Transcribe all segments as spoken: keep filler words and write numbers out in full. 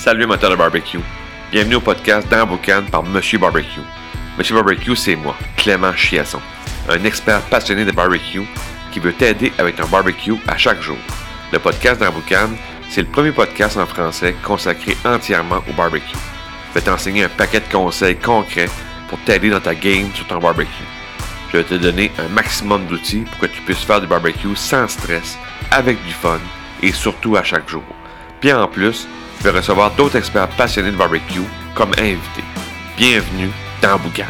Salut amateurs de barbecue. Bienvenue au podcast Dans la Boucane par Monsieur Barbecue. Monsieur Barbecue, c'est moi, Clément Chiasson, un expert passionné de barbecue qui veut t'aider avec ton barbecue à chaque jour. Le podcast Dans la Boucane, c'est le premier podcast en français consacré entièrement au barbecue. Je vais t'enseigner un paquet de conseils concrets pour t'aider dans ta game sur ton barbecue. Je vais te donner un maximum d'outils pour que tu puisses faire du barbecue sans stress, avec du fun et surtout à chaque jour. Puis en plus, je vais recevoir d'autres experts passionnés de barbecue comme invités. Bienvenue dans Boucane.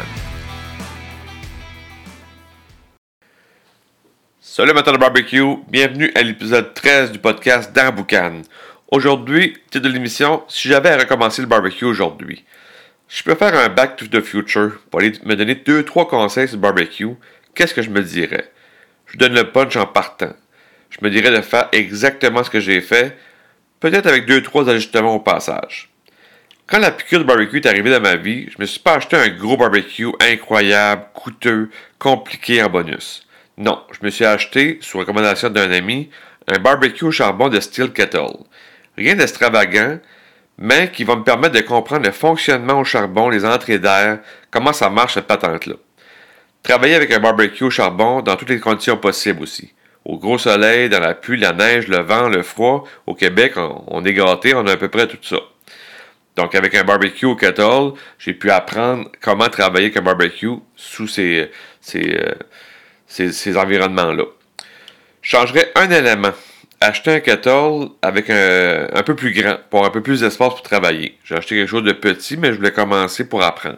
Salut amateurs de barbecue, bienvenue à l'épisode treize du podcast Dans Boucane. Aujourd'hui, titre de l'émission, si j'avais à recommencer le barbecue aujourd'hui. Je peux faire un back to the future pour aller me donner deux trois conseils sur le barbecue. Qu'est-ce que je me dirais? Je donne le punch en partant. Je me dirais de faire exactement ce que j'ai fait, peut-être avec deux trois ajustements au passage. Quand la piqûre de barbecue est arrivée dans ma vie, je me suis pas acheté un gros barbecue incroyable, coûteux, compliqué en bonus. Non, je me suis acheté, sous recommandation d'un ami, un barbecue au charbon de style kettle. Rien d'extravagant, mais qui va me permettre de comprendre le fonctionnement au charbon, les entrées d'air, comment ça marche cette patente-là. Travailler avec un barbecue au charbon dans toutes les conditions possibles aussi. Au gros soleil, dans la pluie, la neige, le vent, le froid, au Québec, on, on est gâtés, on a à peu près tout ça. Donc avec un barbecue au kettle, j'ai pu apprendre comment travailler avec un barbecue sous ces, ces, euh, ces, ces environnements-là. Je changerais un élément. Acheter un kettle avec un, un peu plus grand, pour avoir un peu plus d'espace pour travailler. J'ai acheté quelque chose de petit, mais je voulais commencer pour apprendre.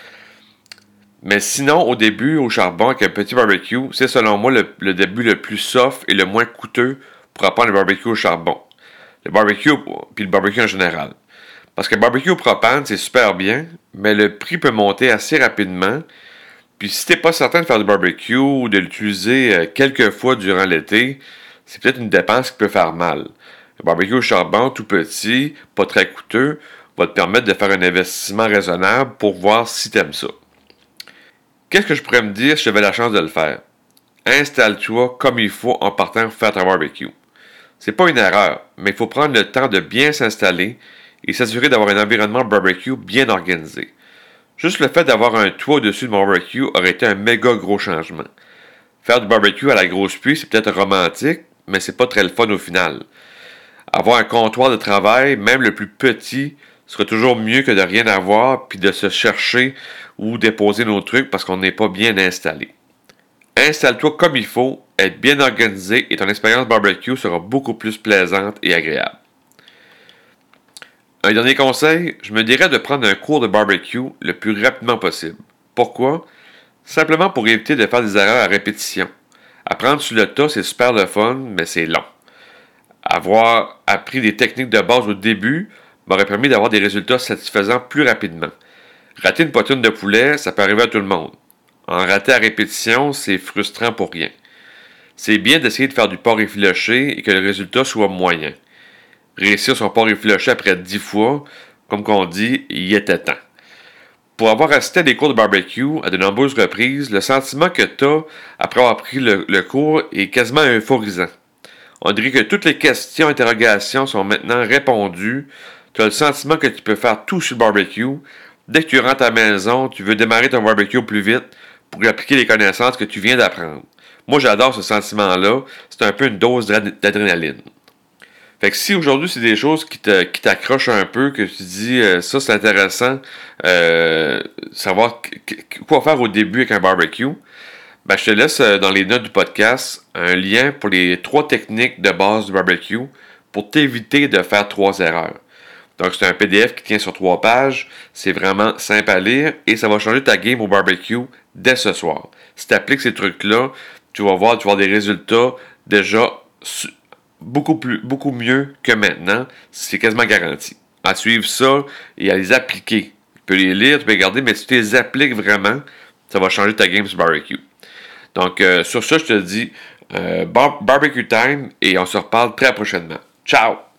Mais sinon, au début, au charbon, avec un petit barbecue, c'est selon moi le, le début le plus soft et le moins coûteux pour apprendre le barbecue au charbon. Le barbecue, puis le barbecue en général. Parce que le barbecue au propane, c'est super bien, mais le prix peut monter assez rapidement. Puis si t'es pas certain de faire du barbecue ou de l'utiliser quelques fois durant l'été, c'est peut-être une dépense qui peut faire mal. Le barbecue au charbon, tout petit, pas très coûteux, va te permettre de faire un investissement raisonnable pour voir si t'aimes ça. Qu'est-ce que je pourrais me dire si j'avais la chance de le faire? Installe-toi comme il faut en partant faire ton barbecue. C'est pas une erreur, mais il faut prendre le temps de bien s'installer et s'assurer d'avoir un environnement barbecue bien organisé. Juste le fait d'avoir un toit au-dessus de mon barbecue aurait été un méga gros changement. Faire du barbecue à la grosse pluie, c'est peut-être romantique, mais c'est pas très le fun au final. Avoir un comptoir de travail, même le plus petit, serait toujours mieux que de rien avoir puis de se chercher ou déposer nos trucs parce qu'on n'est pas bien installé. Installe-toi comme il faut, être bien organisé et ton expérience barbecue sera beaucoup plus plaisante et agréable. Un dernier conseil, je me dirais de prendre un cours de barbecue le plus rapidement possible. Pourquoi? Simplement pour éviter de faire des erreurs à répétition. Apprendre sur le tas, c'est super le fun, mais c'est long. Avoir appris des techniques de base au début m'aurait permis d'avoir des résultats satisfaisants plus rapidement. Rater une poitrine de poulet, ça peut arriver à tout le monde. En rater à répétition, c'est frustrant pour rien. C'est bien d'essayer de faire du porc effiloché et que le résultat soit moyen. Réussir son porc effiloché après dix fois, comme qu'on dit, il était temps. Pour avoir assisté à des cours de barbecue à de nombreuses reprises, le sentiment que tu as après avoir pris le, le cours est quasiment euphorisant. On dirait que toutes les questions et interrogations sont maintenant répondues. Tu as le sentiment que tu peux faire tout sur le barbecue. Dès que tu rentres à la maison, tu veux démarrer ton barbecue plus vite pour appliquer les connaissances que tu viens d'apprendre. Moi, j'adore ce sentiment-là. C'est un peu une dose d'adrénaline. Fait que si aujourd'hui, c'est des choses qui, te, qui t'accrochent un peu, que tu dis, euh, ça, c'est intéressant, euh, savoir qu- quoi faire au début avec un barbecue, ben, je te laisse euh, dans les notes du podcast un lien pour les trois techniques de base du barbecue pour t'éviter de faire trois erreurs. Donc, c'est un P D F qui tient sur trois pages. C'est vraiment simple à lire et ça va changer ta game au barbecue dès ce soir. Si tu appliques ces trucs-là, tu vas voir, tu vas avoir des résultats déjà su- beaucoup plus, beaucoup mieux que maintenant. C'est quasiment garanti. À suivre ça et à les appliquer. Tu peux les lire, tu peux les garder, mais si tu les appliques vraiment, ça va changer ta game sur barbecue. Donc, euh, sur ça, je te dis euh, bar- barbecue time et on se reparle très prochainement. Ciao!